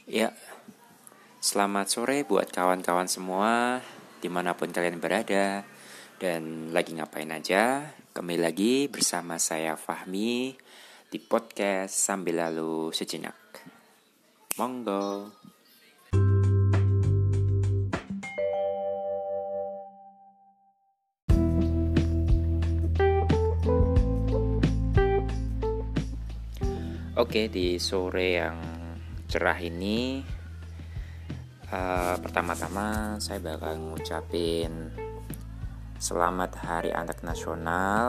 Ya, selamat sore buat kawan-kawan semua, dimanapun kalian berada, dan lagi ngapain aja. Kembali lagi bersama saya Fahmi di podcast Sambil Lalu Sejenak. Monggo. Oke, di sore yang cerah ini, pertama-tama saya bakal ngucapin selamat Hari Anak Nasional.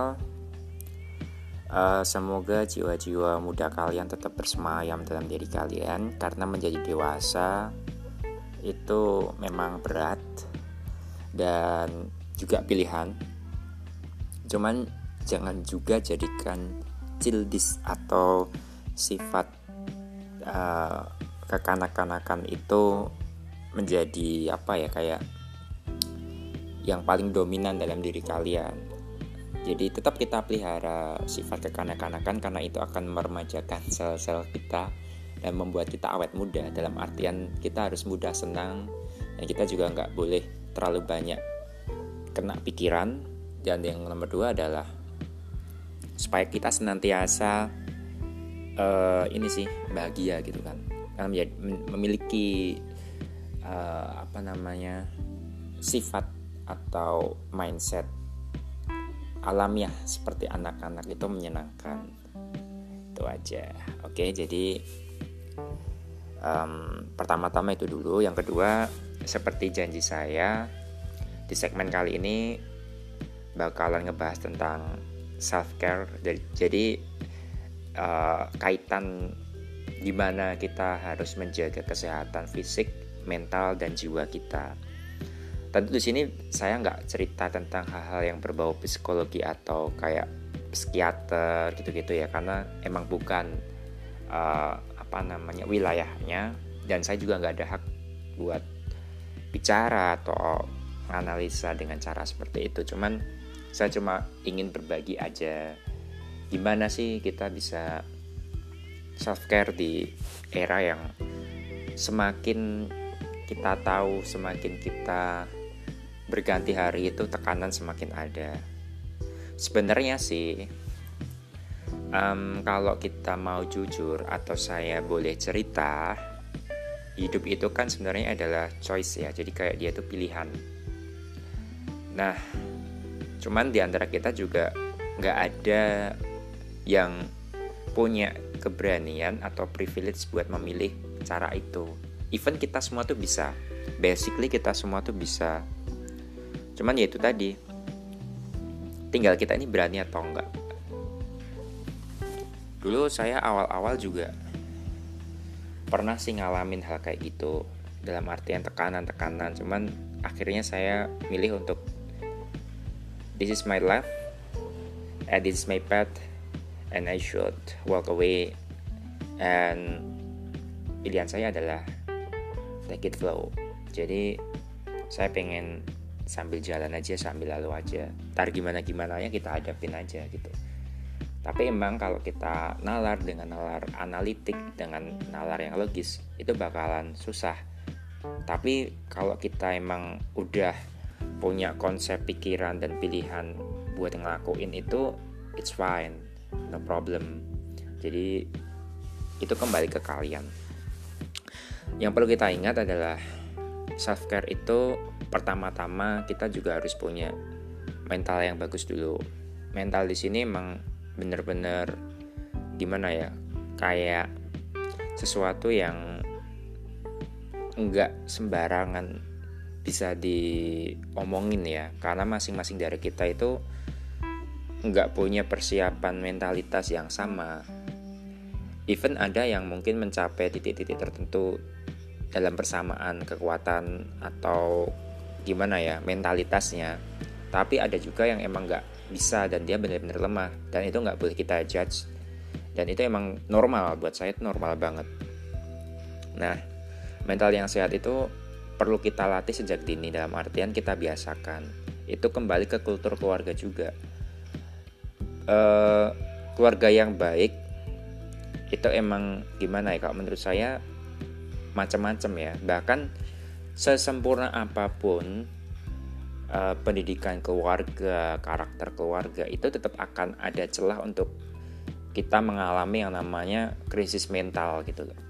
Semoga jiwa-jiwa muda kalian tetap bersemayam dalam diri kalian, karena menjadi dewasa itu memang berat dan juga pilihan. Cuman jangan juga jadikan childish atau sifat kekanak-kanakan itu menjadi kayak yang paling dominan dalam diri kalian. Jadi tetap kita pelihara sifat kekanak-kanakan, karena itu akan meremajakan sel-sel kita dan membuat kita awet muda. Dalam artian kita harus mudah senang, dan kita juga nggak boleh terlalu banyak kena pikiran. Dan yang nomor 2 adalah supaya kita senantiasa bahagia gitu kan, karena memiliki sifat atau mindset alamiah seperti anak-anak itu menyenangkan. Itu aja. Oke, jadi pertama-tama itu dulu. Yang kedua, seperti janji saya, di segmen kali ini bakalan ngebahas tentang self-care. Jadi kaitan gimana kita harus menjaga kesehatan fisik, mental, dan jiwa kita. Tentu di sini saya nggak cerita tentang hal-hal yang berbau psikologi atau kayak psikiater gitu-gitu ya, karena emang bukan wilayahnya, dan saya juga nggak ada hak buat bicara atau analisa dengan cara seperti itu. Saya cuma ingin berbagi aja gimana sih kita bisa self-care di era yang semakin kita tahu, semakin kita berganti hari itu tekanan semakin ada. Sebenarnya sih kalau kita mau jujur atau saya boleh cerita, hidup itu kan sebenarnya adalah choice ya. Jadi kayak dia itu pilihan. Nah, cuman di antara kita juga nggak ada yang punya keberanian atau privilege buat memilih cara itu. Even kita semua tuh bisa, basically kita semua tuh bisa. Cuman ya itu tadi, tinggal kita ini berani atau enggak. Dulu saya awal-awal juga pernah sih ngalamin hal kayak gitu, dalam artian tekanan. Cuman akhirnya saya milih untuk this is my life, and this is my path, and I should walk away. And pilihan saya adalah take it flow. Jadi saya pengen sambil jalan aja, sambil lalu aja. Ntar gimana-gimananya kita hadapin aja gitu. Tapi emang kalau kita nalar dengan nalar analitik, dengan nalar yang logis, itu bakalan susah. Tapi kalau kita emang udah punya konsep pikiran dan pilihan buat ngelakuin itu, it's fine, no problem. Jadi itu kembali ke kalian. Yang perlu kita ingat adalah self-care itu pertama-tama kita juga harus punya mental yang bagus dulu. Mental di sini emang bener-bener gimana ya, kayak sesuatu yang enggak sembarangan bisa diomongin ya, karena masing-masing dari kita itu enggak punya persiapan mentalitas yang sama. Even ada yang mungkin mencapai titik-titik tertentu dalam persamaan kekuatan atau gimana ya mentalitasnya, tapi ada juga yang emang gak bisa dan dia benar-benar lemah, dan itu gak boleh kita judge, dan itu emang normal. Buat saya itu normal banget. Nah, mental yang sehat itu perlu kita latih sejak dini, dalam artian kita biasakan. Itu kembali ke kultur keluarga juga. Keluarga yang baik itu emang gimana ya, kalau menurut saya macam-macam ya. Bahkan sesempurna apapun pendidikan keluarga, karakter keluarga, itu tetap akan ada celah untuk kita mengalami yang namanya krisis mental gitu loh.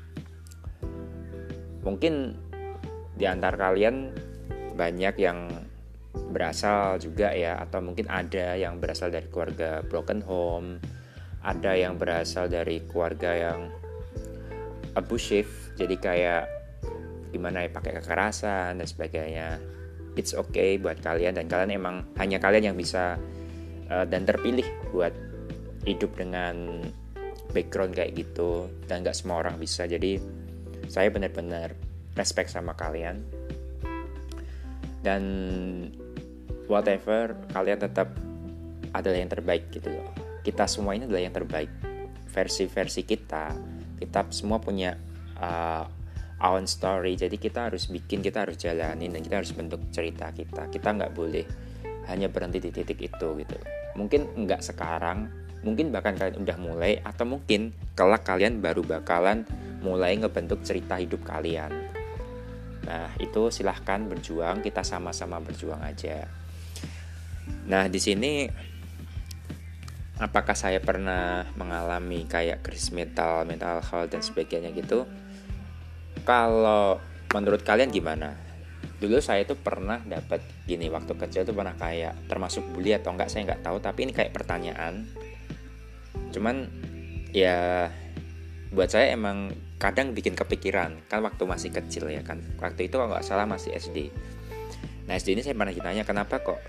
Mungkin di antara kalian banyak yang berasal juga ya, atau mungkin ada yang berasal dari keluarga broken home, ada yang berasal dari keluarga yang abusive, jadi kayak gimana ya, pakai kekerasan dan sebagainya. It's okay buat kalian, dan kalian emang hanya kalian yang bisa dan terpilih buat hidup dengan background kayak gitu, dan gak semua orang bisa. Jadi saya benar-benar respect sama kalian, dan whatever, kalian tetap adalah yang terbaik gitu loh. Kita semua ini adalah yang terbaik, versi-versi kita semua punya own story. Jadi kita harus bikin, kita harus jalanin, dan kita harus bentuk cerita kita nggak boleh hanya berhenti di titik itu gitu. Mungkin nggak sekarang, mungkin bahkan kalian udah mulai, atau mungkin kelak kalian baru bakalan mulai ngebentuk cerita hidup kalian. Nah itu silahkan berjuang, kita sama-sama berjuang aja. Nah di sini apakah saya pernah mengalami kayak krisis mental health dan sebagainya gitu? Kalau menurut kalian gimana? Dulu saya tuh pernah dapat gini, waktu kecil tuh pernah kayak termasuk bully atau enggak saya nggak tahu, tapi ini kayak pertanyaan. Cuman ya buat saya emang kadang bikin kepikiran, kan waktu masih kecil ya kan. Waktu itu kalau nggak salah masih SD. Nah SD ini saya pernah ditanya kenapa kok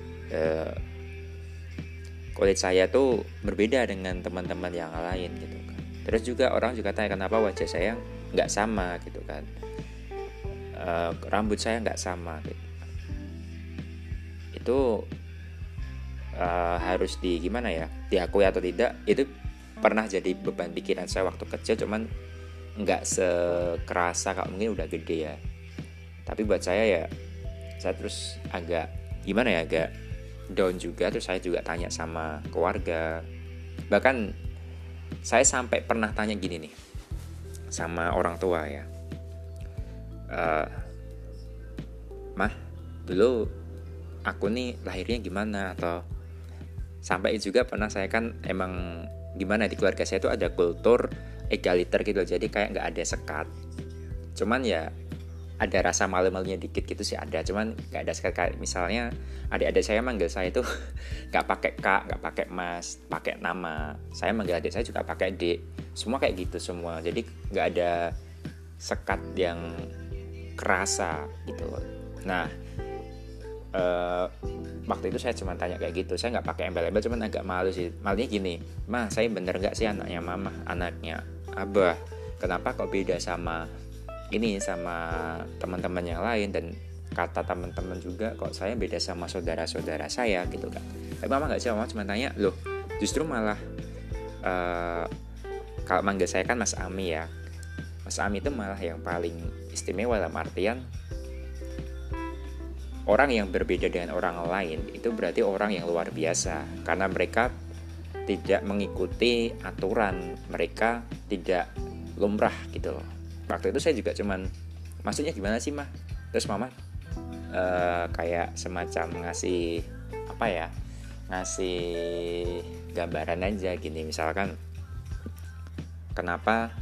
kulit saya tuh berbeda dengan teman-teman yang lain gitu kan. Terus juga orang juga tanya kenapa wajah saya nggak sama gitu kan, rambut saya nggak sama gitu. Itu harus gimana ya, diakui atau tidak, itu pernah jadi beban pikiran saya waktu kecil, cuman nggak sekerasa kalau mungkin udah gede ya. Tapi buat saya ya, saya terus agak gimana ya, agak down juga. Terus saya juga tanya sama keluarga, bahkan saya sampai pernah tanya gini nih sama orang tua ya, Mah, dulu aku nih lahirnya gimana, atau sampai juga pernah saya kan emang gimana, di keluarga saya tuh ada kultur egaliter gitu, jadi kayak nggak ada sekat. Cuman ya ada rasa malu-malunya dikit gitu sih ada, cuman nggak ada sekat. Kayak misalnya adik-adik saya manggil saya tuh nggak pakai kak, nggak pakai mas, pakai nama. Saya manggil adik saya juga pakai dek, semua kayak gitu semua. Jadi nggak ada sekat yang kerasa gitu loh. Nah waktu itu saya cuma tanya kayak gitu, saya nggak pakai embel-embel, cuman agak malu sih. Malunya gini, mah saya bener nggak sih anaknya mama, anaknya abah, kenapa kok beda sama ini, sama teman-teman yang lain, dan kata teman-teman juga kok saya beda sama saudara-saudara saya gitu kan. Tapi mama nggak sih, mama cuma tanya, loh justru malah kalau manggil saya kan Mas Ami ya, Mas Ami itu malah yang paling istimewa, dalam artian orang yang berbeda dengan orang lain itu berarti orang yang luar biasa, karena mereka tidak mengikuti aturan, mereka tidak lumrah gitu loh. Waktu itu saya juga cuman, maksudnya gimana sih mah? Terus mama kayak semacam ngasih apa ya, ngasih gambaran aja gini, misalkan kenapa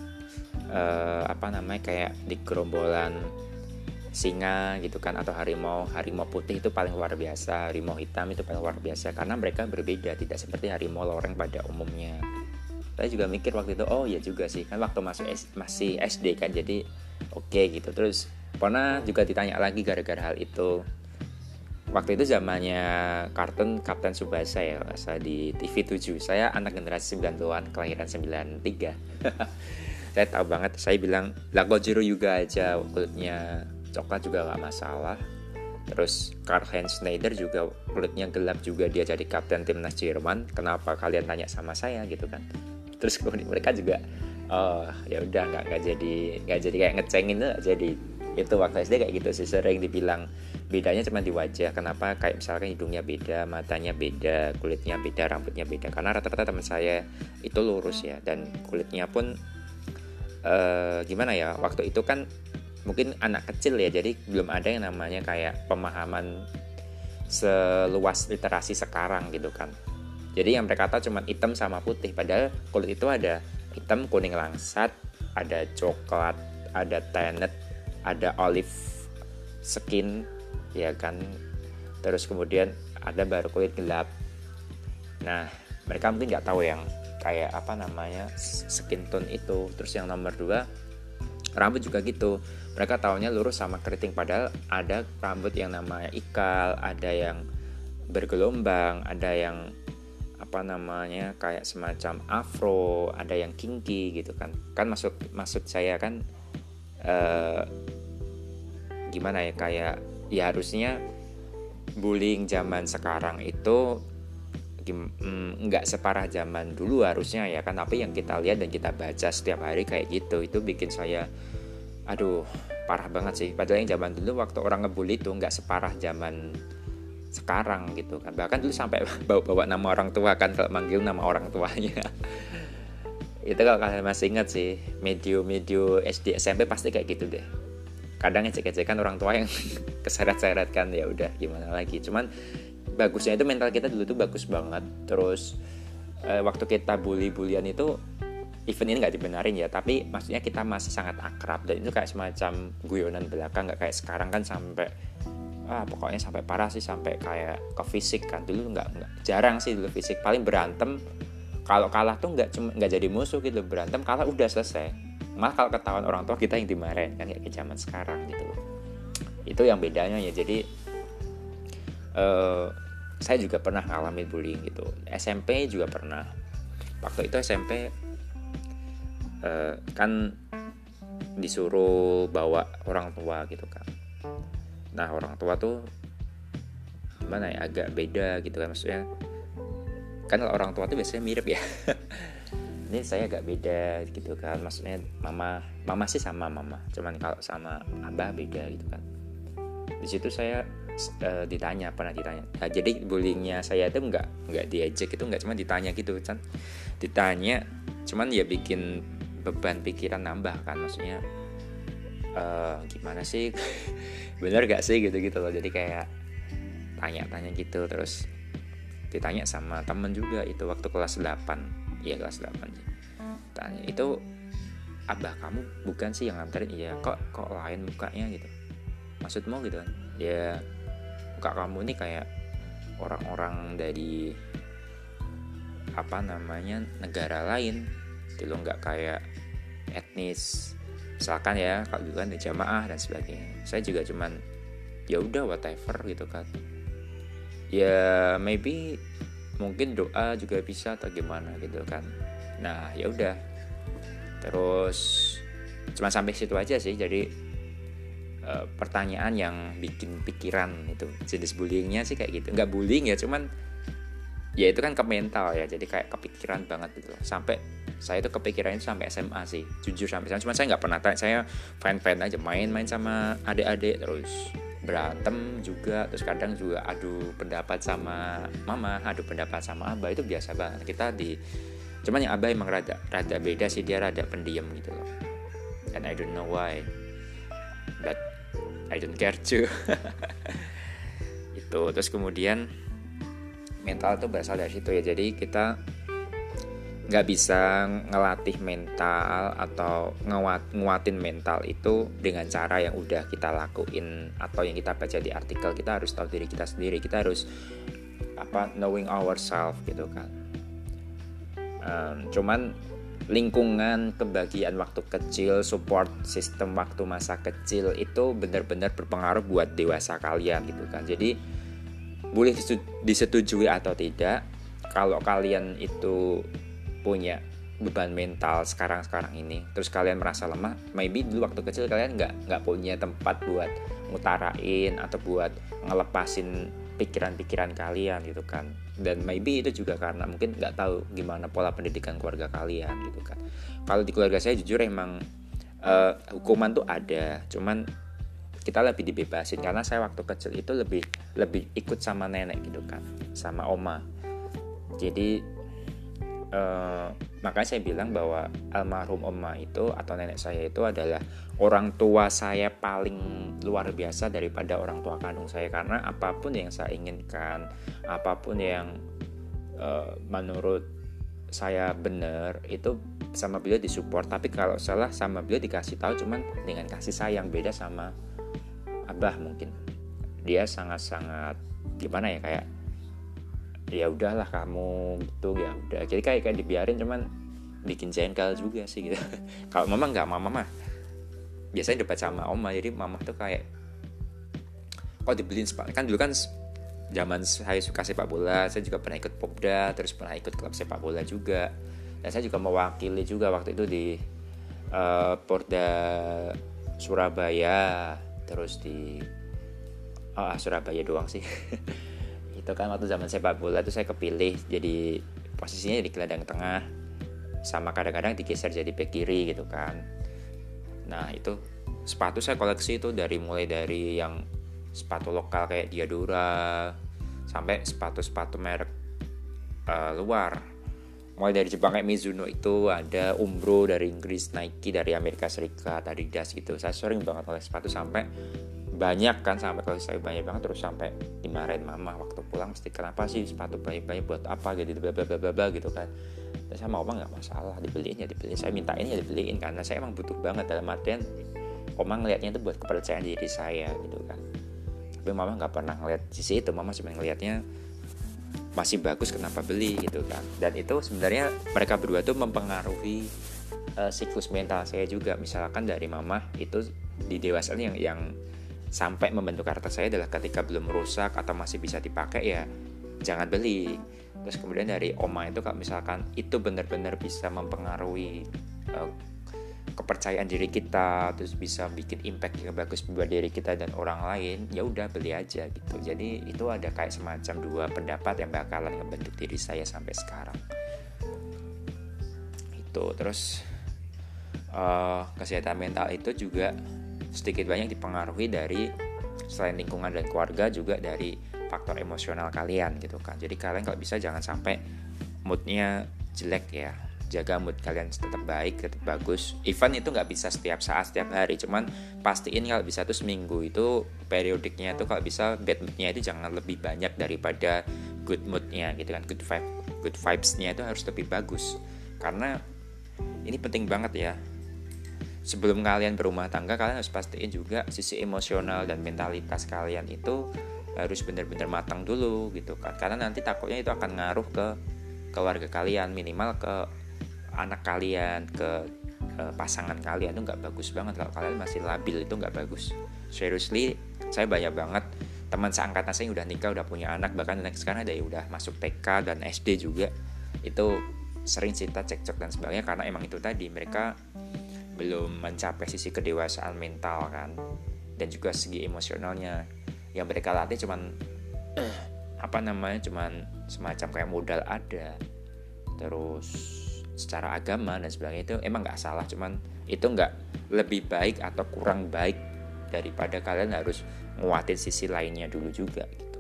kayak di gerombolan singa gitu kan, atau harimau putih itu paling luar biasa, harimau hitam itu paling luar biasa, karena mereka berbeda, tidak seperti harimau loreng pada umumnya. Saya juga mikir waktu itu, oh ya juga sih, kan waktu masih SD kan, jadi oke gitu. Terus pernah juga ditanya lagi gara-gara hal itu. Waktu itu zamannya kartun Kapten Tsubasa ya, di TV7. Saya anak generasi 90-an, kelahiran 93. Saya tahu banget, saya bilang, lah Gojiro juga aja kulitnya coklat juga gak masalah. Terus Karl-Heinz Schneider juga kulitnya gelap juga, dia jadi kapten timnas Jerman. Kenapa kalian tanya sama saya gitu kan? Terus kemudian mereka juga, oh ya udah nggak jadi kayak ngecengin tuh. Jadi itu waktu SD kayak gitu sih, sering dibilang bedanya cuma di wajah. Kenapa kayak misalkan hidungnya beda, matanya beda, kulitnya beda, rambutnya beda. Karena rata-rata teman saya itu lurus ya, dan kulitnya pun gimana ya, waktu itu kan mungkin anak kecil ya, jadi belum ada yang namanya kayak pemahaman seluas literasi sekarang gitu kan. Jadi yang mereka tahu cuma hitam sama putih, padahal kulit itu ada hitam, kuning langsat, ada coklat, ada tannet, ada olive skin ya kan, terus kemudian ada baru kulit gelap. Nah mereka mungkin nggak tahu yang kayak apa namanya skin tone itu. Terus yang nomor 2, rambut juga gitu, mereka taunya lurus sama keriting, padahal ada rambut yang namanya ikal, ada yang bergelombang, ada yang apa namanya kayak semacam afro, ada yang kinky gitu kan. Kan maksud saya kan gimana ya, kayak ya harusnya bullying zaman sekarang itu nggak separah zaman dulu harusnya ya kan. Tapi yang kita lihat dan kita baca setiap hari kayak gitu, itu bikin saya aduh parah banget sih. Padahal yang zaman dulu waktu orang ngebully itu nggak separah zaman sekarang gitu kan. Bahkan dulu sampai bawa nama orang tua kan, kalau manggil nama orang tuanya. Itu kalau kalian masih ingat sih, medio SD SMP pasti kayak gitu deh. Kadang ejek-ejekan orang tua yang keseret-seret kan, ya udah gimana lagi. Cuman bagusnya itu mental kita dulu tuh bagus banget. Terus waktu kita bully-bullyan itu, even ini nggak dibenarin ya, tapi maksudnya kita masih sangat akrab, dan itu kayak semacam guyonan belaka, nggak kayak sekarang kan sampai pokoknya sampai parah sih, sampai kayak ke fisik kan. Dulu nggak jarang sih dulu fisik, paling berantem, kalau kalah tuh nggak jadi musuh gitu, berantem kalah udah selesai. Malah kalau ketahuan orang tua kita yang dimarahin kan, kayak zaman sekarang gitu loh. Itu yang bedanya ya. Jadi saya juga pernah ngalamin bullying gitu. SMP juga pernah. Waktu itu SMP kan disuruh bawa orang tua gitu kan. Nah orang tua tuh gimana ya, agak beda gitu kan. Maksudnya kan orang tua tuh biasanya mirip ya. Ini saya agak beda gitu kan. Maksudnya mama sih sama mama, cuman kalau sama abah beda gitu kan. Di situ saya pernah ditanya. Nah, jadi bullyingnya saya itu nggak diejek, itu nggak cuma ditanya gitu kan. Ditanya cuman ya bikin beban pikiran nambah kan. Maksudnya gimana sih, bener gak sih gitu loh. Jadi kayak tanya-tanya gitu. Terus ditanya sama temen juga itu waktu kelas 8. Iya kelas 8 sih. Tanya, itu abah kamu bukan sih yang nganterin? Iya. Kok lain mukanya gitu, maksudmu gitu kan? Ya muka kamu ini kayak orang-orang dari apa namanya negara lain gitu loh, nggak kayak etnis misalkan ya, kalau dulu kan jamaah dan sebagainya. Saya juga cuman ya udah whatever gitu kan. Ya maybe mungkin doa juga bisa atau gimana gitu kan. Nah ya udah, terus cuma sampai situ aja sih. Jadi pertanyaan yang bikin pikiran itu jenis bullyingnya sih kayak gitu. Nggak bullying ya, cuman ya itu kan ke mental ya. Jadi kayak kepikiran banget gitu. Sampai saya itu kepikiran itu sampai SMA sih, jujur sampai SMA. Cuman saya nggak pernah tanya, saya fan aja, main sama adik-adik, terus berantem juga, terus kadang juga adu pendapat sama mama, adu pendapat sama abah, itu biasa banget kita cuman yang abah emang rada beda sih, dia rada pendiam gitu loh, and I don't know why, but I don't care too. Itu terus kemudian mental tuh berasal dari situ ya. Jadi kita nggak bisa ngelatih mental atau nguatin mental itu dengan cara yang udah kita lakuin atau yang kita baca di artikel. Kita harus tahu diri kita sendiri, kita harus knowing ourselves gitu kan. Cuman lingkungan, kebahagiaan waktu kecil, support sistem waktu masa kecil itu benar-benar berpengaruh buat dewasa kalian gitu kan. Jadi boleh disetujui atau tidak, kalau kalian itu punya beban mental sekarang ini, terus kalian merasa lemah, maybe dulu waktu kecil kalian nggak punya tempat buat ngutarain atau buat ngelepasin pikiran-pikiran kalian gitu kan. Dan maybe itu juga karena mungkin nggak tahu gimana pola pendidikan keluarga kalian gitu kan. Kalau di keluarga saya jujur emang hukuman tuh ada, cuman kita lebih dibebasin karena saya waktu kecil itu lebih ikut sama nenek gitu kan, sama oma. Jadi makanya saya bilang bahwa almarhum oma itu atau nenek saya itu adalah orang tua saya paling luar biasa daripada orang tua kandung saya, karena apapun yang saya inginkan, apapun yang menurut saya benar itu sama beliau disupport, tapi kalau salah sama beliau dikasih tahu cuman dengan kasih sayang. Beda sama abah, mungkin dia sangat-sangat gimana ya, kayak ya udahlah kamu gitu, ya udah, jadi kayak dibiarin, cuman bikin jengkel juga sih gitu. Kalau mama nggak, mama mah biasanya debat sama oma, jadi mama tuh kayak kok dibeliin sepatu, kan dulu kan zaman saya suka sepak bola, saya juga pernah ikut Popda, terus pernah ikut klub sepak bola juga, dan saya juga mewakili juga waktu itu di Porda Surabaya, terus di Surabaya doang sih. Itu kan waktu zaman sepak bola tuh saya kepilih jadi posisinya di gelandang tengah, sama kadang-kadang digeser jadi bek kiri gitu kan. Nah itu sepatu saya koleksi itu mulai dari yang sepatu lokal kayak Diadora sampai sepatu-sepatu merek luar, mulai dari Jepang kayak Mizuno itu ada, Umbro dari Inggris, Nike dari Amerika Serikat, Adidas gitu. Saya sering banget oleh sepatu sampai banyak kan, sampai kalau saya banyak banget, terus sampai dimarahin mama waktu pulang, mesti kenapa sih sepatu banyak-banyak buat apa gitu, bla bla bla bla gitu kan. Dan saya mau nggak masalah, dibeliin ya dibeliin, saya mintain ya dibeliin, karena saya emang butuh banget, dalam artian oma ngelihatnya itu buat kepercayaan diri saya gitu kan. Tapi mama nggak pernah ngeliat sisi itu, mama cuma ngelihatnya masih bagus kenapa beli gitu kan. Dan itu sebenarnya mereka berdua tuh mempengaruhi siklus mental saya juga. Misalkan dari mama itu di dewasa yang sampai membentuk karakter saya adalah ketika belum rusak atau masih bisa dipakai ya jangan beli. Terus kemudian dari oma itu kalau misalkan itu benar-benar bisa mempengaruhi kepercayaan diri kita, terus bisa bikin impact yang bagus buat diri kita dan orang lain, ya udah beli aja gitu. Jadi itu ada kayak semacam dua pendapat yang bakalan ngebentuk diri saya sampai sekarang. Itu terus kesehatan mental itu juga sedikit banyak dipengaruhi dari selain lingkungan dan keluarga, juga dari faktor emosional kalian gitu kan. Jadi kalian kalau bisa jangan sampai moodnya jelek ya, jaga mood kalian tetap baik, tetap bagus. Even itu nggak bisa setiap saat, setiap hari, cuman pastiin kalau bisa tuh seminggu itu periodiknya tuh kalau bisa bad moodnya itu jangan lebih banyak daripada good moodnya gitu kan. Good vibesnya itu harus lebih bagus, karena ini penting banget ya. Sebelum kalian berumah tangga, kalian harus pastiin juga sisi emosional dan mentalitas kalian itu harus benar-benar matang dulu gitu kan. Karena nanti takutnya itu akan ngaruh ke keluarga kalian, minimal ke anak kalian, ke pasangan kalian. Itu nggak bagus banget kalau kalian masih labil, itu nggak bagus. Seriously, saya banyak banget teman seangkatan saya yang udah nikah, udah punya anak, bahkan sekarang ada yang udah masuk TK dan SD juga. Itu sering cerita cekcok dan sebagainya, karena emang itu tadi mereka belum mencapai sisi kedewasaan mental kan, dan juga segi emosionalnya. Yang mereka latih cuman cuman semacam kayak modal ada, terus secara agama dan sebagainya itu emang nggak salah, cuman itu nggak lebih baik atau kurang baik daripada kalian harus nguatin sisi lainnya dulu juga gitu.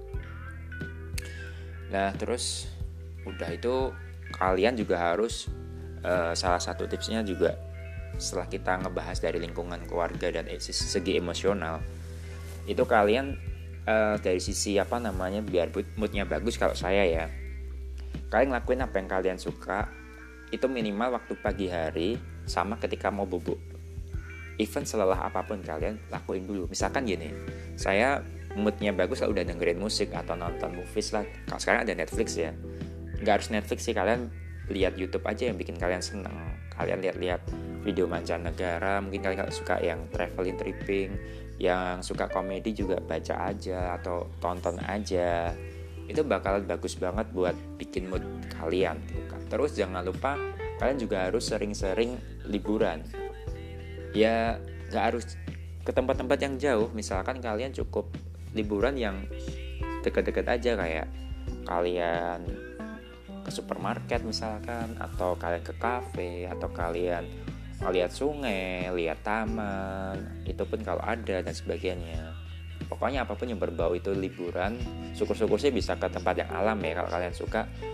Nah terus udah itu kalian juga harus salah satu tipsnya juga, setelah kita ngebahas dari lingkungan keluarga dan segi emosional, itu kalian dari sisi biar moodnya bagus, kalau saya ya, kalian ngelakuin apa yang kalian suka itu minimal waktu pagi hari sama ketika mau bubuk. Even selelah apapun kalian lakuin dulu. Misalkan gini, saya moodnya bagus udah dengerin musik atau nonton movies lah. Kalau sekarang ada Netflix ya, nggak harus Netflix sih, kalian lihat YouTube aja yang bikin kalian seneng. Kalian lihat video mancanegara, mungkin kalian kalau suka yang traveling, tripping, yang suka komedi juga baca aja atau tonton aja. Itu bakalan bagus banget buat bikin mood kalian gitu kan. Terus jangan lupa kalian juga harus sering-sering liburan. Ya nggak harus ke tempat-tempat yang jauh, misalkan kalian cukup liburan yang dekat-dekat aja, kayak kalian ke supermarket misalkan, atau kalian ke kafe, atau kalian lihat sungai, lihat taman, itu pun kalau ada dan sebagainya. Pokoknya apapun yang berbau itu liburan. Syukur-syukur sih bisa ke tempat yang alam ya kalau kalian suka.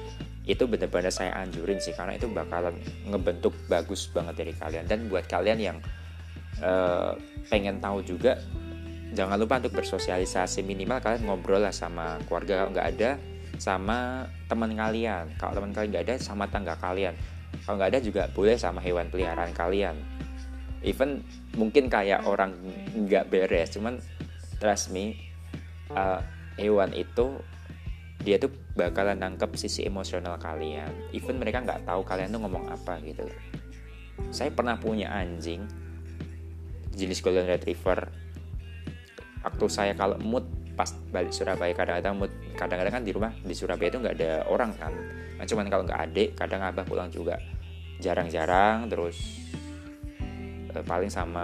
itu benar-benar saya anjurin sih, karena itu bakalan ngebentuk bagus banget dari kalian. Dan buat kalian yang pengen tahu juga, jangan lupa untuk bersosialisasi, minimal kalian ngobrol lah sama keluarga kalau nggak ada, sama teman kalian. Kalau teman kalian nggak ada, sama tangga kalian. Kalau nggak ada juga boleh sama hewan peliharaan kalian. Even mungkin kayak orang nggak beres, cuman trust me, hewan itu dia tuh bakalan nangkep sisi emosional kalian. Even mereka nggak tahu kalian tuh ngomong apa gitu. Saya pernah punya anjing jenis golden retriever. Waktu saya kalau mood pas balik Surabaya, kadang-kadang kan di rumah di Surabaya itu nggak ada orang kan. Nah, cuman kalau nggak adik, kadang abah pulang juga jarang-jarang. Terus paling sama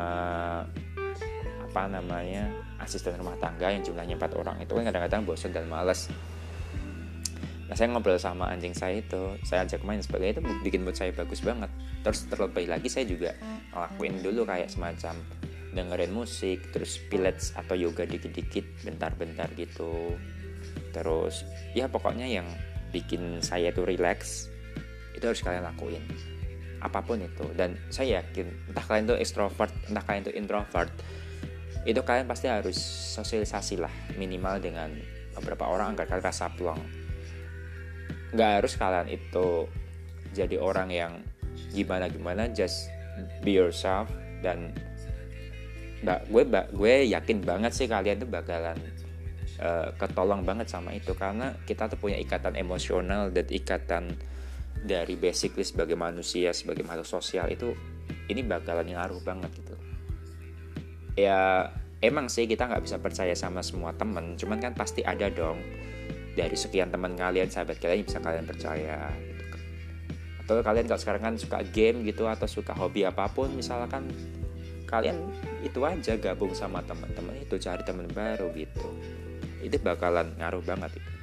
asisten rumah tangga yang jumlahnya 4 orang itu kan kadang-kadang bosan dan malas. Nah, saya ngobrol sama anjing saya itu, saya ajak main sebagainya, itu bikin mood saya bagus banget. Terus terlebih lagi saya juga ngelakuin dulu kayak semacam dengerin musik, terus pilates atau yoga dikit-dikit bentar-bentar gitu. Terus ya pokoknya yang bikin saya tuh relax itu harus kalian lakuin, apapun itu. Dan saya yakin entah kalian tuh extrovert, entah kalian tuh introvert, itu kalian pasti harus sosialisasi lah, minimal dengan beberapa orang agar kalian rasa plong. Gak harus kalian itu jadi orang yang gimana-gimana, just be yourself. Dan gue yakin banget sih kalian tuh bakalan ketolong banget sama itu, karena kita tuh punya ikatan emosional dan ikatan dari basically sebagai manusia, sebagai makhluk sosial itu, ini bakalan ngaruh banget gitu. Ya emang sih kita nggak bisa percaya sama semua temen, cuman kan pasti ada dong dari sekian teman kalian, sahabat kalian yang bisa kalian percaya gitu. Atau kalian kalau sekarang kan suka game gitu, atau suka hobi apapun, misalkan kalian itu aja gabung sama teman-teman itu, cari teman baru gitu, itu bakalan ngaruh banget itu.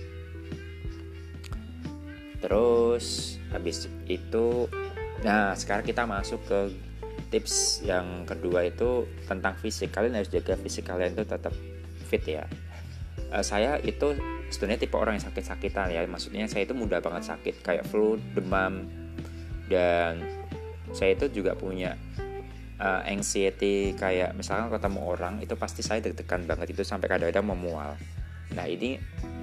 Terus habis itu, nah sekarang kita masuk ke tips yang kedua, itu tentang fisik. Kalian harus jaga fisik kalian tuh tetap fit ya. Saya itu sebenarnya tipe orang yang sakit-sakitan ya, maksudnya saya itu mudah banget sakit kayak flu, demam, dan saya itu juga punya anxiety, kayak misalkan ketemu orang itu pasti saya deg-degan banget, itu sampai kadang-kadang memual. Nah ini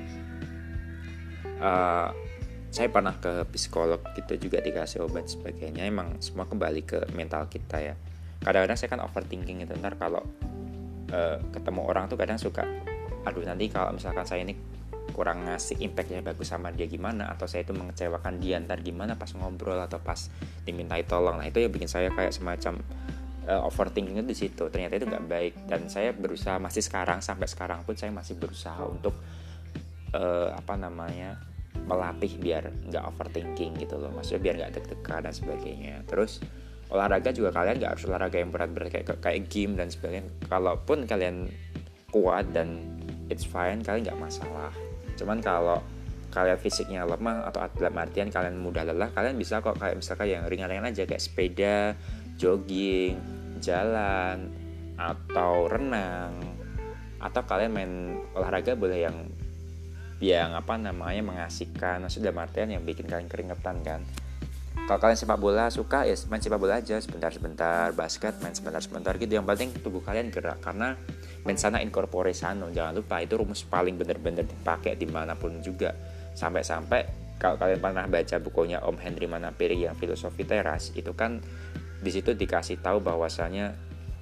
saya pernah ke psikolog gitu juga, dikasih obat sebagainya. Emang semua kembali ke mental kita ya. Kadang-kadang saya kan overthinking itu, ntar kalau ketemu orang tuh kadang suka, aduh nanti kalau misalkan saya ini kurang ngasih impactnya bagus sama dia gimana, atau saya itu mengecewakan dia ntar gimana pas ngobrol atau pas dimintai tolong. Nah itu yang bikin saya kayak semacam overthinking itu di situ. Ternyata itu nggak baik, dan saya berusaha, sampai sekarang pun saya masih berusaha untuk melatih biar nggak overthinking gitu loh, maksudnya biar nggak deg-degan dan sebagainya. Terus olahraga juga, kalian nggak harus olahraga yang berat-berat kayak gym dan sebagainya. Kalaupun kalian kuat dan it's fine, kalian nggak masalah. Cuman kalau kalian fisiknya lemah atau dalam artian kalian mudah lelah, kalian bisa kok kayak misalkan yang ringan-ringan aja kayak sepeda, jogging, jalan, atau renang. Atau kalian main olahraga boleh yang mengasihkan, maksudnya dalam artian yang bikin kalian keringetan kan. Kalau kalian sepak bola suka ya main sepak bola aja sebentar-sebentar, basket main sebentar-sebentar gitu. Yang penting tubuh kalian gerak, karena mensana in corpore sano, jangan lupa itu rumus paling bener-bener dipakai dimanapun juga. Sampai-sampai kalau kalian pernah baca bukunya Om Henry Manapiri yang Filosofi Teras, itu kan di situ dikasih tahu bahwasanya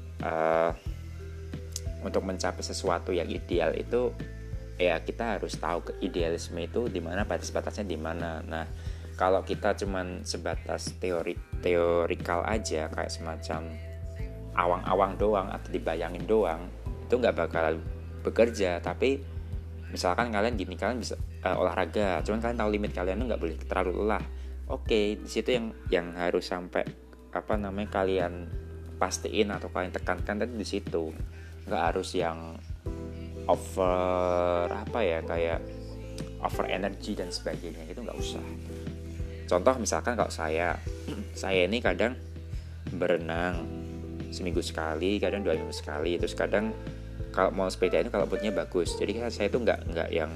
untuk mencapai sesuatu yang ideal itu ya kita harus tahu ke idealisme itu di mana, batas-batasnya di mana. Nah, kalau kita cuman sebatas teorikal aja kayak semacam awang-awang doang atau dibayangin doang, itu nggak bakal bekerja. Tapi misalkan kalian bisa olahraga, cuman kalian tahu limit kalian tuh nggak boleh terlalu lelah. Oke, di situ yang harus sampai kalian pastiin atau kalian tekankan tadi di situ. Nggak harus yang over kayak over energy dan sebagainya, itu nggak usah. Contoh misalkan kalau saya ini kadang berenang seminggu sekali, kadang 2 minggu sekali. Terus kadang kalau mau sepeda itu kalau moodnya bagus, jadi saya itu nggak yang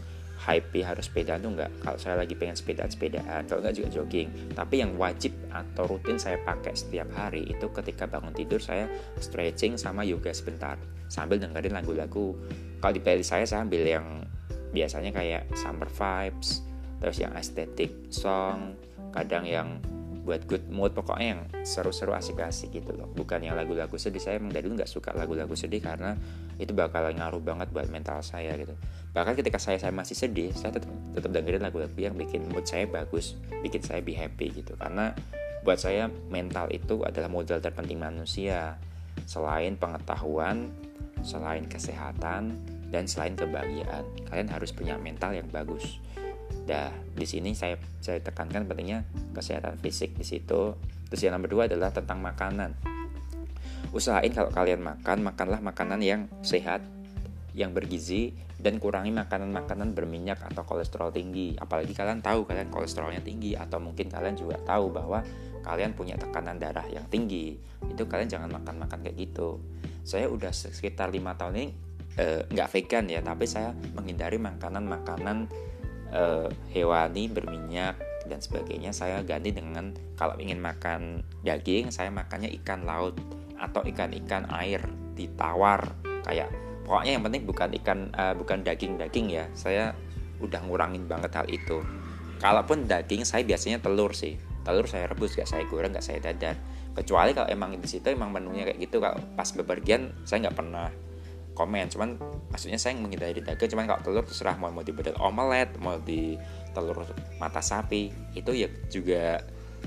hype harus sepedaan tuh enggak. Kalau saya lagi pengen sepedaan, kalau enggak juga jogging. Tapi yang wajib atau rutin saya pakai setiap hari itu ketika bangun tidur saya stretching sama yoga sebentar sambil dengerin lagu-lagu. Kalau di playlist saya ambil yang biasanya kayak summer vibes, terus yang aesthetic song, kadang yang buat good mood, pokoknya yang seru-seru asik-asik gitu loh. Bukan yang lagu-lagu sedih. Saya emang dari dulu gak suka lagu-lagu sedih karena itu bakal ngaruh banget buat mental saya gitu. Bahkan ketika saya masih sedih, saya tetap dengerin lagu-lagu yang bikin mood saya bagus, bikin saya be happy gitu. Karena buat saya mental itu adalah modal terpenting manusia. Selain pengetahuan, selain kesehatan, dan selain kebahagiaan, kalian harus punya mental yang bagus. Di sini saya tekankan pentingnya kesehatan fisik di situ. Terus yang nomor 2 adalah tentang makanan. Usahain kalau kalian makanlah makanan yang sehat, yang bergizi, dan kurangi makanan-makanan berminyak atau kolesterol tinggi. Apalagi kalian tahu kalian kolesterolnya tinggi, atau mungkin kalian juga tahu bahwa kalian punya tekanan darah yang tinggi. Itu kalian jangan makan kayak gitu. Saya udah sekitar 5 tahun ini nggak vegan ya, tapi saya menghindari makanan-makanan hewani berminyak dan sebagainya. Saya ganti dengan, kalau ingin makan daging, saya makannya ikan laut atau ikan-ikan air ditawar, kayak pokoknya yang penting bukan daging ya. Saya udah ngurangin banget hal itu. Kalaupun daging, saya biasanya telur saya rebus, gak saya goreng, gak saya dadar. Kecuali kalau emang di situ emang menunya kayak gitu. Kalau pas bepergian saya nggak pernah komen, cuman maksudnya saya menghindari daging. Cuman kalau telur terserah, mau di bedel omelet, mau di telur mata sapi, itu ya juga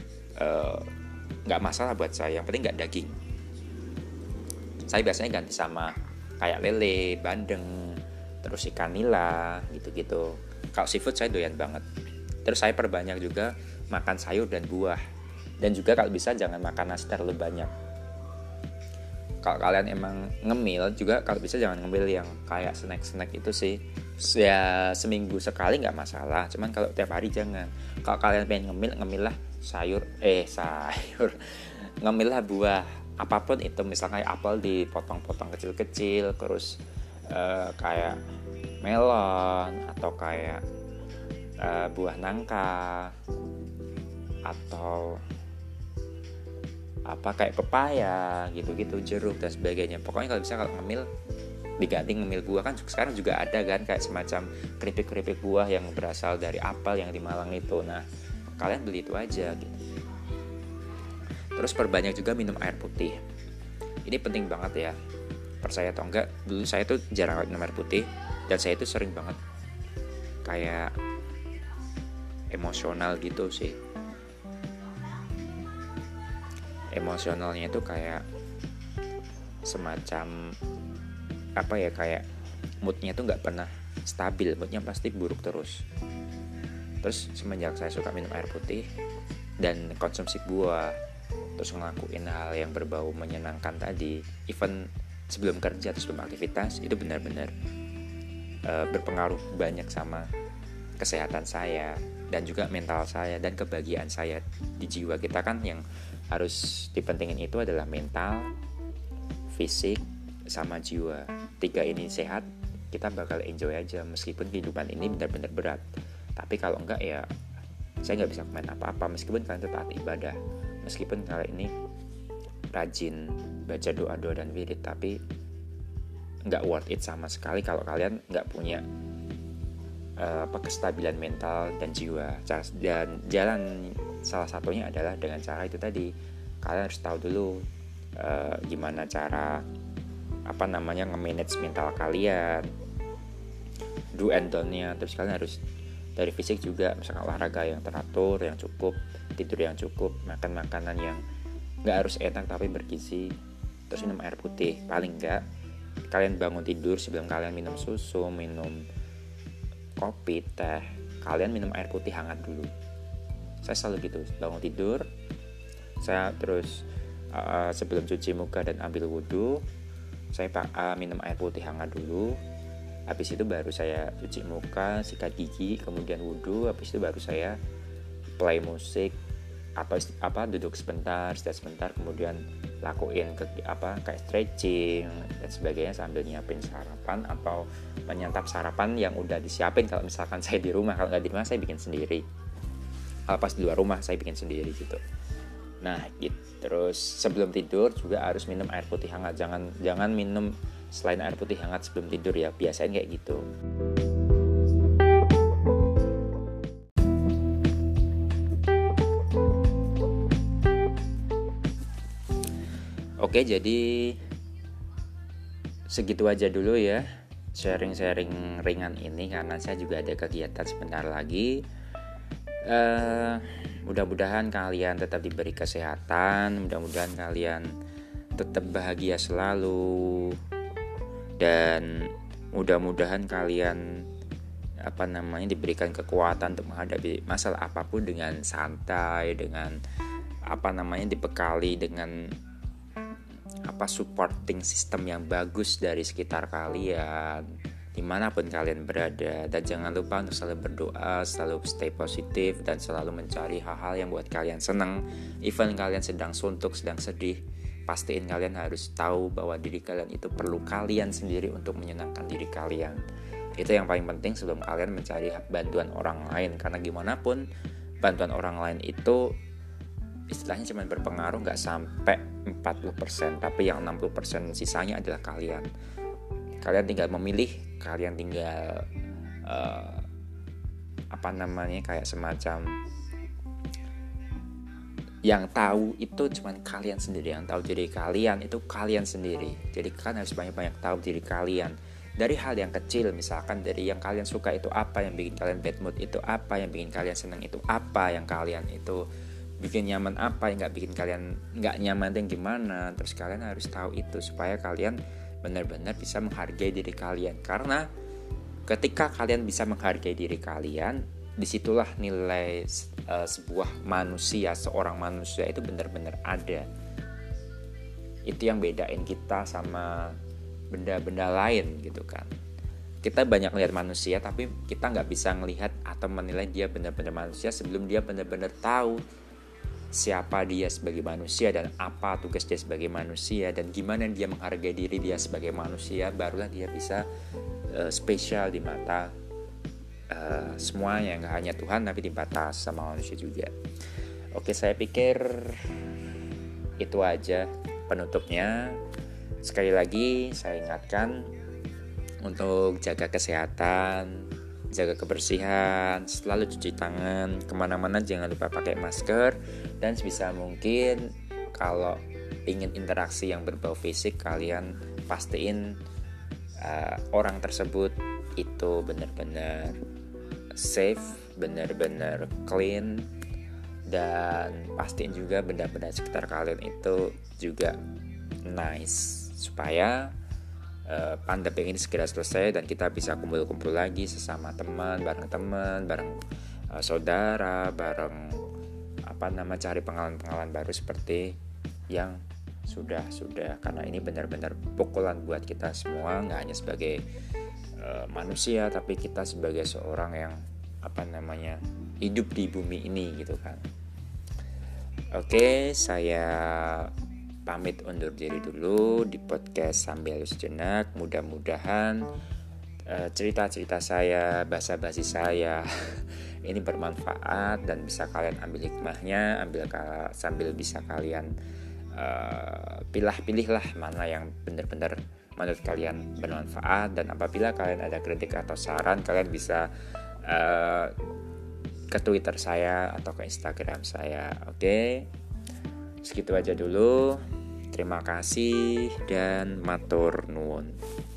nggak masalah buat saya. Yang penting nggak daging. Saya biasanya ganti sama kayak lele, bandeng, terus ikan nila gitu-gitu. Kalau seafood saya doyan banget. Terus saya perbanyak juga makan sayur dan buah. Dan juga kalau bisa jangan makan nasi terlalu banyak. Kalau kalian emang ngemil juga, kalau bisa jangan ngemil yang kayak snack itu sih. Ya seminggu sekali nggak masalah, cuman kalau tiap hari jangan. Kalau kalian pengen ngemil lah sayur, ngemil lah buah apapun itu. Misalnya kayak apel dipotong-potong kecil-kecil, terus kayak melon, atau kayak buah nangka, atau kayak pepaya gitu-gitu, jeruk dan sebagainya. Pokoknya kalau bisa, kalau ngemil diganti ngemil buah. Kan sekarang juga ada kan kayak semacam keripik-keripik buah yang berasal dari apel yang di Malang itu. Nah, kalian beli itu aja gitu. Terus perbanyak juga minum air putih. Ini penting banget ya. Percaya atau enggak, dulu saya tuh jarang minum air putih, dan saya itu sering banget kayak emosional gitu sih. Emosionalnya itu kayak semacam kayak moodnya tuh nggak pernah stabil, moodnya pasti buruk terus. Terus semenjak saya suka minum air putih dan konsumsi buah, terus ngelakuin hal yang berbau menyenangkan tadi, even sebelum kerja atau sebelum aktivitas, itu benar-benar berpengaruh banyak sama kesehatan saya dan juga mental saya dan kebahagiaan saya di jiwa. Kita kan yang harus dipentingin itu adalah mental, fisik, sama jiwa. 3 ini sehat, kita bakal enjoy aja meskipun kehidupan ini benar-benar berat. Tapi kalau enggak ya saya nggak bisa komen apa-apa. Meskipun kalian tetap ibadah, meskipun kalian ini rajin baca doa-doa dan wirid, tapi nggak worth it sama sekali kalau kalian nggak punya kestabilan mental dan jiwa. Dan jalan salah satunya adalah dengan cara itu tadi. Kalian harus tahu dulu gimana cara nge-manage mental kalian, do and don't-nya. Terus kalian harus dari fisik juga, misalkan olahraga yang teratur, yang cukup, tidur yang cukup, makan makanan yang nggak harus enak tapi bergizi. Terus minum air putih. Paling nggak kalian bangun tidur, sebelum kalian minum susu, minum kopi, teh, kalian minum air putih hangat dulu. Saya selalu gitu, bangun tidur, saya terus sebelum cuci muka dan ambil wudhu, saya minum air putih hangat dulu. Habis itu baru saya cuci muka, sikat gigi, kemudian wudhu. Habis itu baru saya play musik atau duduk sebentar, istirahat sebentar, kemudian lakuin kayak stretching dan sebagainya sambil nyiapin sarapan atau menyantap sarapan yang udah disiapin. Kalau misalkan saya di rumah, kalau nggak di rumah saya bikin sendiri. Kalau pas di luar rumah saya bikin sendiri gitu. Nah gitu. Terus sebelum tidur juga harus minum air putih hangat. Jangan minum selain air putih hangat sebelum tidur ya, biasain kayak gitu. Oke, jadi segitu aja dulu ya sharing-sharing ringan ini, karena saya juga ada kegiatan sebentar lagi. Mudah-mudahan kalian tetap diberi kesehatan, mudah-mudahan kalian tetap bahagia selalu, dan mudah-mudahan kalian diberikan kekuatan untuk menghadapi masalah apapun dengan santai, dengan dibekali dengan supporting system yang bagus dari sekitar kalian dimanapun kalian berada. Dan jangan lupa untuk selalu berdoa, selalu stay positif, dan selalu mencari hal-hal yang buat kalian senang. Even kalian sedang suntuk, sedang sedih, pastiin kalian harus tahu bahwa diri kalian itu perlu kalian sendiri untuk menyenangkan diri kalian. Itu yang paling penting sebelum kalian mencari bantuan orang lain, karena gimana pun bantuan orang lain itu istilahnya cuma berpengaruh nggak sampai 40%, tapi yang 60% sisanya adalah kalian. Kalian tinggal memilih, kalian tinggal kayak semacam yang tahu itu cuma kalian sendiri, yang tahu diri kalian itu kalian sendiri. Jadi kalian harus banyak-banyak tahu diri kalian. Dari hal yang kecil, misalkan dari yang kalian suka itu apa, yang bikin kalian bad mood itu apa, yang bikin kalian senang itu apa, yang kalian itu bikin nyaman apa, yang bikin kalian nggak nyaman itu gimana. Terus kalian harus tahu itu supaya kalian benar-benar bisa menghargai diri kalian. Karena ketika kalian bisa menghargai diri kalian, disitulah nilai sebuah manusia, seorang manusia itu benar-benar ada. Itu yang bedain kita sama benda-benda lain gitu kan. Kita banyak lihat manusia, tapi kita nggak bisa melihat atau menilai dia benar-benar manusia sebelum dia benar-benar tahu siapa dia sebagai manusia dan apa tugas dia sebagai manusia dan gimana dia menghargai diri dia sebagai manusia. Barulah dia bisa spesial di mata semuanya, nggak hanya Tuhan tapi di mata sama manusia juga. Oke, saya pikir itu aja penutupnya. Sekali lagi saya ingatkan untuk jaga kesehatan, jaga kebersihan, selalu cuci tangan, kemana-mana jangan lupa pakai masker, dan sebisa mungkin kalau ingin interaksi yang berbau fisik, kalian pastiin orang tersebut itu benar-benar safe, benar-benar clean, dan pastiin juga benda-benda sekitar kalian itu juga nice, supaya pandemi ini segera selesai dan kita bisa kumpul-kumpul lagi sesama teman, bareng saudara, bareng cari pengalaman-pengalaman baru seperti yang sudah. Karena ini benar-benar pukulan buat kita semua, nggak hanya sebagai manusia, tapi kita sebagai seorang yang hidup di bumi ini gitu kan. Oke, saya pamit undur diri dulu di podcast Sambil Sejenak. Mudah-mudahan cerita-cerita saya, basa-basi saya ini bermanfaat dan bisa kalian ambil hikmahnya, sambil bisa kalian pilih-pilihlah mana yang benar-benar menurut kalian bermanfaat. Dan apabila kalian ada kritik atau saran, kalian bisa ke Twitter saya atau ke Instagram saya. Oke, segitu aja dulu. Terima kasih dan matur nuwun.